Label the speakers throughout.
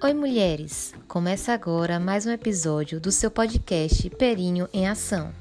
Speaker 1: Oi, mulheres! Começa agora mais um episódio do seu podcast Perinho em Ação.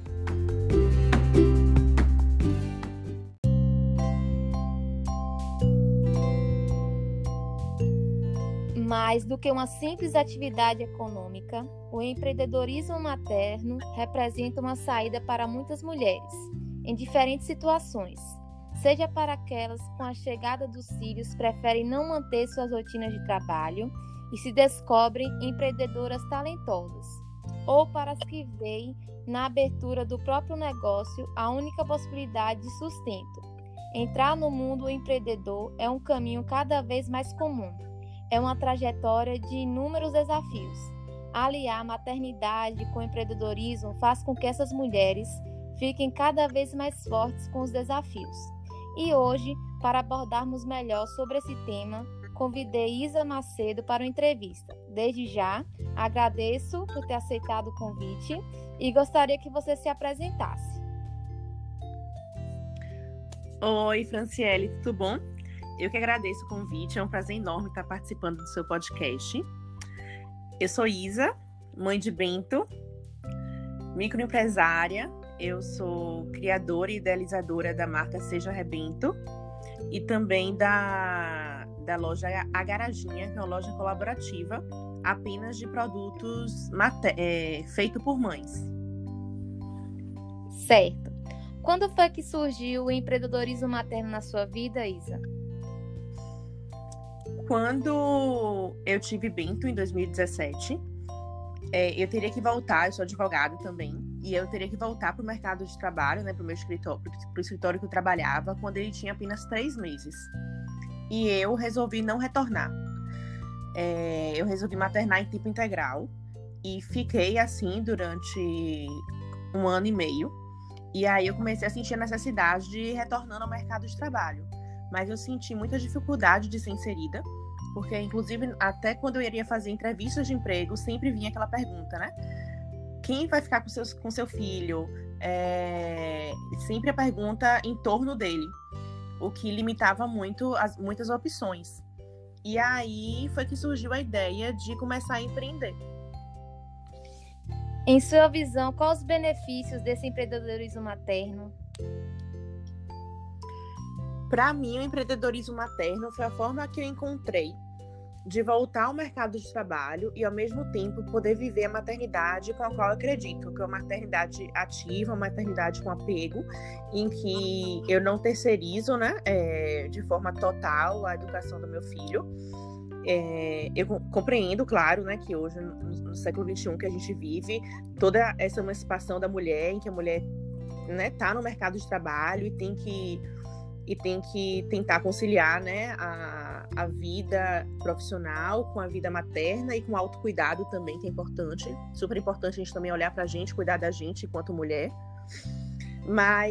Speaker 2: Mais do que uma simples atividade econômica, o empreendedorismo materno representa uma saída para muitas mulheres, em diferentes situações. Seja para aquelas com a chegada dos filhos preferem não manter suas rotinas de trabalho e se descobrem empreendedoras talentosas, ou para as que veem na abertura do próprio negócio a única possibilidade de sustento. Entrar no mundo empreendedor é um caminho cada vez mais comum. É uma trajetória de inúmeros desafios. Aliar a maternidade com o empreendedorismo faz com que essas mulheres fiquem cada vez mais fortes com os desafios. E hoje, para abordarmos melhor sobre esse tema, convidei Isa Macedo para uma entrevista. Desde já, agradeço por ter aceitado o convite e gostaria que você se apresentasse.
Speaker 3: Oi, Franciele, tudo bom? Eu que agradeço o convite, é um prazer enorme estar participando do seu podcast. Eu sou Isa, mãe de Bento, microempresária. Eu sou criadora e idealizadora da marca Seja Rebento e também da loja A Garajinha, que é uma loja colaborativa apenas de produtos feitos por mães.
Speaker 2: Certo. Quando foi que surgiu o empreendedorismo materno na sua vida, Isa?
Speaker 3: Quando eu tive Bento, em 2017, eu teria que voltar, eu sou advogada também, e eu teria que voltar para o mercado de trabalho, né, para o meu escritório, para o escritório que eu trabalhava, quando ele tinha apenas 3 meses. E eu resolvi não retornar. Eu resolvi maternar em tempo integral e fiquei assim durante 1 ano e meio. E aí eu comecei a sentir a necessidade de ir retornando ao mercado de trabalho. Mas eu senti muita dificuldade de ser inserida, porque, inclusive, até quando eu iria fazer entrevistas de emprego, sempre vinha aquela pergunta, né? Quem vai ficar com seu filho? Sempre a pergunta em torno dele, o que limitava muito muitas opções. E aí foi que surgiu a ideia de começar a empreender.
Speaker 2: Em sua visão, quais os benefícios desse empreendedorismo materno?
Speaker 3: Para mim, o empreendedorismo materno foi a forma que eu encontrei de voltar ao mercado de trabalho e, ao mesmo tempo, poder viver a maternidade com a qual eu acredito, que é uma maternidade ativa, uma maternidade com apego, em que eu não terceirizo, né, de forma total a educação do meu filho. Eu compreendo, claro, né, que hoje, no século XXI que a gente vive, toda essa emancipação da mulher, em que a mulher, né, tá no mercado de trabalho e tem que tentar conciliar, né, a vida profissional com a vida materna e com o autocuidado também, que é importante. Super importante a gente também olhar pra gente, cuidar da gente enquanto mulher. Mas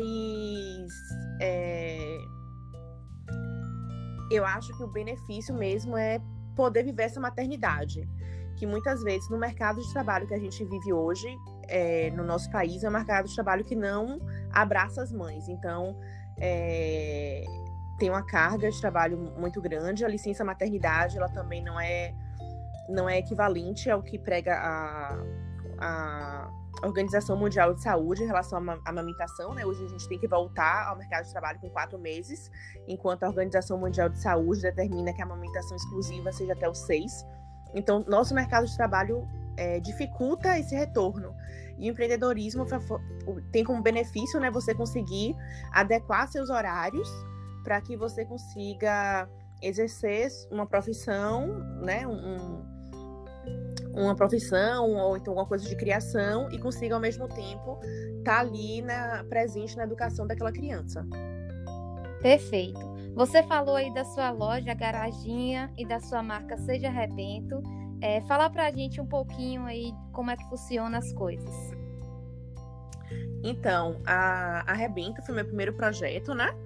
Speaker 3: eu acho que o benefício mesmo é poder viver essa maternidade, que muitas vezes no mercado de trabalho que a gente vive hoje, no nosso país, é um mercado de trabalho que não abraça as mães. Então, tem uma carga de trabalho muito grande. A licença maternidade, ela também não é equivalente ao que prega a Organização Mundial de Saúde em relação à amamentação, né? Hoje a gente tem que voltar ao mercado de trabalho com 4 meses, enquanto a Organização Mundial de Saúde determina que a amamentação exclusiva seja até os 6. Então, nosso mercado de trabalho dificulta esse retorno. E o empreendedorismo tem como benefício, né, você conseguir adequar seus horários para que você consiga exercer uma profissão, né, uma profissão ou então alguma coisa de criação e consiga, ao mesmo tempo, estar ali presente na educação daquela criança.
Speaker 2: Perfeito. Você falou aí da sua loja, a Garajinha, e da sua marca Seja Rebento. Fala pra gente um pouquinho aí como é que funciona as coisas.
Speaker 3: Então, a Rebento foi meu primeiro projeto, né?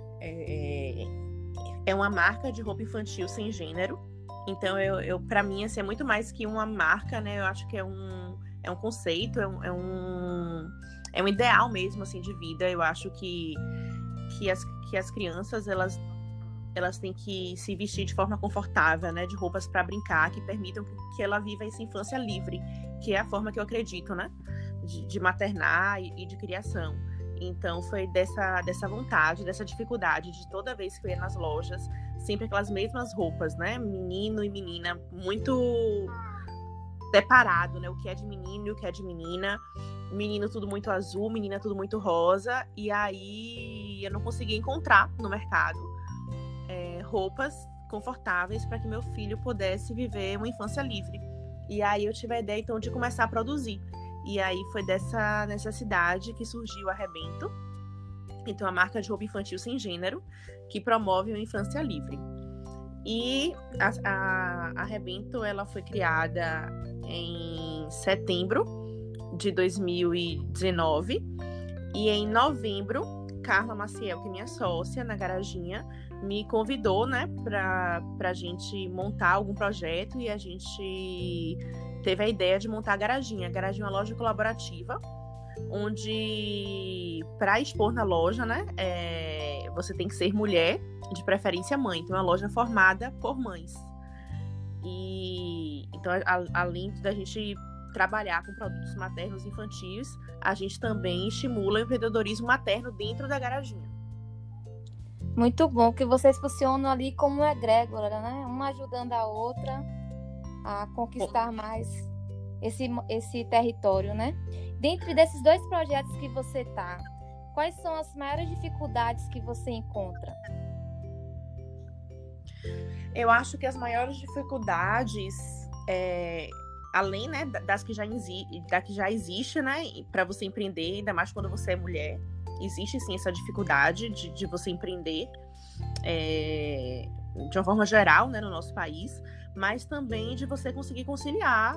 Speaker 3: É uma marca de roupa infantil sem gênero. Então, para mim, assim, é muito mais que uma marca, né? Eu acho que é um conceito, é um ideal mesmo, assim, de vida. Eu acho que as crianças, elas elas têm que se vestir de forma confortável, né? De roupas para brincar, que permitam que ela viva essa infância livre, que é a forma que eu acredito, né? De maternar e de criação. Então, foi dessa vontade, dessa dificuldade de toda vez que eu ia nas lojas, sempre aquelas mesmas roupas, né? Menino e menina, muito separado, né? O que é de menino e o que é de menina. Menino tudo muito azul, menina tudo muito rosa. E aí eu não conseguia encontrar no mercado roupas confortáveis para que meu filho pudesse viver uma infância livre. E aí eu tive a ideia, então, de começar a produzir. E aí foi dessa necessidade que surgiu a Rebento. Então, a marca de roupa infantil sem gênero, que promove uma infância livre. E a Rebento, ela foi criada em setembro de 2019. E em novembro, Carla Maciel, que é minha sócia na Garaginha, me convidou, né, pra gente montar algum projeto, e a gente teve a ideia de montar a Garaginha. A Garaginha é uma loja colaborativa, onde, para expor na loja, né, você tem que ser mulher, de preferência mãe. Então, é uma loja formada por mães. E então, além da gente trabalhar com produtos maternos e infantis, a gente também estimula o empreendedorismo materno dentro da Garaginha.
Speaker 2: Muito bom que vocês funcionam ali como uma egrégora, né? Uma ajudando a outra a conquistar mais esse território, né? Dentro desses 2 projetos que você tá, quais são as maiores dificuldades que você encontra?
Speaker 3: Eu acho que as maiores dificuldades, além, né, da que já existe, né, para você empreender, ainda mais quando você é mulher, existe sim essa dificuldade de você empreender de uma forma geral, né, no nosso país, mas também de você conseguir conciliar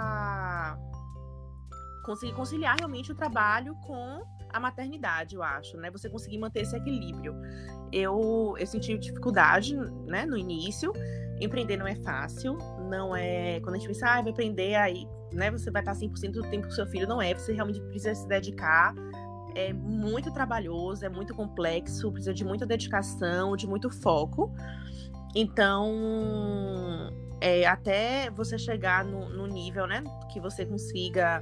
Speaker 3: realmente o trabalho com a maternidade, eu acho, né? Você conseguir manter esse equilíbrio. Eu senti dificuldade, né, no início. Empreender não é fácil, não é... Quando a gente pensa, vai empreender, aí, né, você vai estar 100% do tempo com o seu filho, não é. Você realmente precisa se dedicar. É muito trabalhoso, é muito complexo, precisa de muita dedicação, de muito foco. Então, até você chegar no nível, né, que você consiga,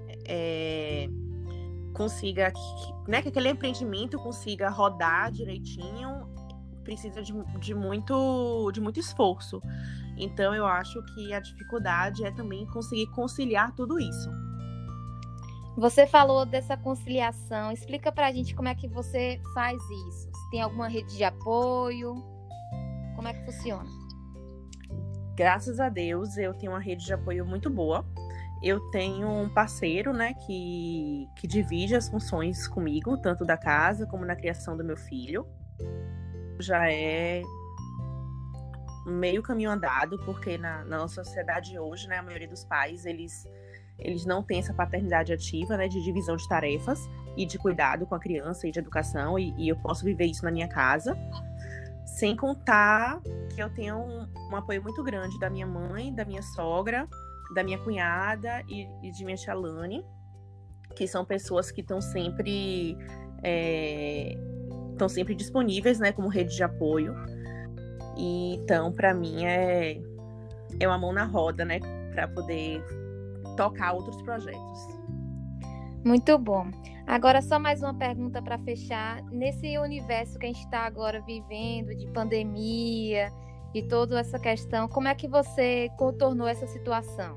Speaker 3: né, que aquele empreendimento consiga rodar direitinho, precisa de muito esforço. Então, eu acho que a dificuldade é também conseguir conciliar tudo isso.
Speaker 2: Você falou dessa conciliação. Explica pra gente como é que você faz isso. Se tem alguma rede de apoio? Como é que funciona?
Speaker 3: Graças a Deus, eu tenho uma rede de apoio muito boa. Eu tenho um parceiro, né, que divide as funções comigo, tanto da casa como na criação do meu filho. Já é meio caminho andado, porque na nossa sociedade hoje, né, a maioria dos pais, eles não têm essa paternidade ativa, né, de divisão de tarefas e de cuidado com a criança e de educação, e eu posso viver isso na minha casa. Sem contar que eu tenho um apoio muito grande da minha mãe, da minha sogra, da minha cunhada e de minha tia Lani, que são pessoas que estão sempre disponíveis, né, como rede de apoio. E, então, para mim, é uma mão na roda, né, para poder tocar outros projetos.
Speaker 2: Muito bom. Agora, só mais uma pergunta para fechar. Nesse universo que a gente está agora vivendo, de pandemia e toda essa questão, como é que você contornou essa situação?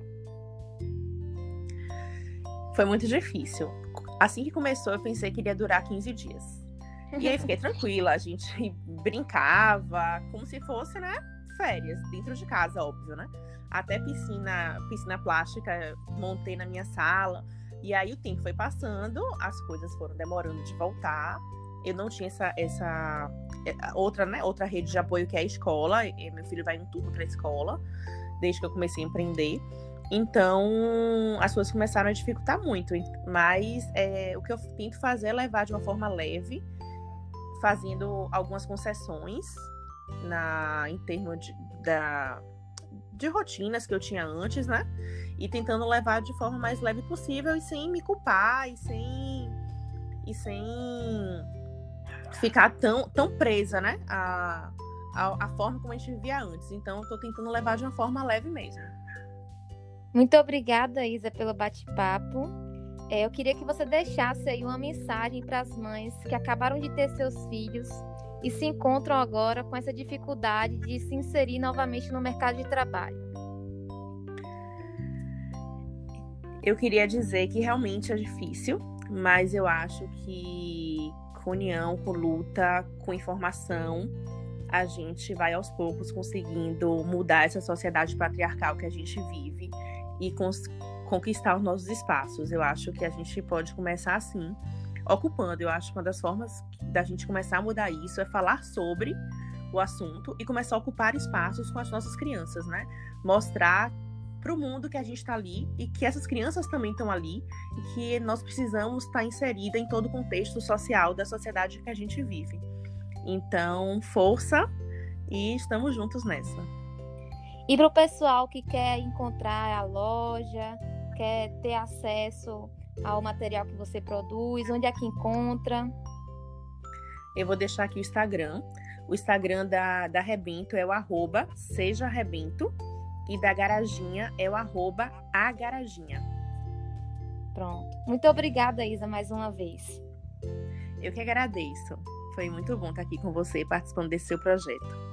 Speaker 3: Foi muito difícil. Assim que começou, eu pensei que iria durar 15 dias. E aí fiquei tranquila, a gente brincava como se fosse, né, férias, dentro de casa, óbvio, né? Até piscina plástica montei na minha sala. E aí o tempo foi passando, as coisas foram demorando de voltar. Eu não tinha essa outra rede de apoio, que é a escola. E meu filho vai um turno para a escola, desde que eu comecei a empreender. Então, as coisas começaram a dificultar muito. Mas o que eu tento fazer é levar de uma forma leve, fazendo algumas concessões em termos de rotinas que eu tinha antes, né? E tentando levar de forma mais leve possível e sem me culpar e sem ficar tão presa, né? a forma como a gente vivia antes. Então, eu estou tentando levar de uma forma leve mesmo.
Speaker 2: Muito obrigada, Isa, pelo bate-papo. Eu queria que você deixasse aí uma mensagem para as mães que acabaram de ter seus filhos e se encontram agora com essa dificuldade de se inserir novamente no mercado de trabalho.
Speaker 3: Eu queria dizer que realmente é difícil, mas eu acho que com união, com luta, com informação, a gente vai aos poucos conseguindo mudar essa sociedade patriarcal que a gente vive e conquistar os nossos espaços. Eu acho que a gente pode começar assim, ocupando. Eu acho que uma das formas da gente começar a mudar isso é falar sobre o assunto e começar a ocupar espaços com as nossas crianças, né? Mostrar para o mundo que a gente está ali e que essas crianças também estão ali e que nós precisamos estar inserida em todo o contexto social da sociedade que a gente vive. Então, força e estamos juntos nessa.
Speaker 2: E para o pessoal que quer encontrar a loja, quer ter acesso ao material que você produz, onde é que encontra?
Speaker 3: Eu vou deixar aqui o Instagram. O Instagram da Rebento é o @sejarebento. E da Garaginha é o @agaraginha.
Speaker 2: Pronto. Muito obrigada, Isa, mais uma vez.
Speaker 3: Eu que agradeço. Foi muito bom estar aqui com você, participando desse seu projeto.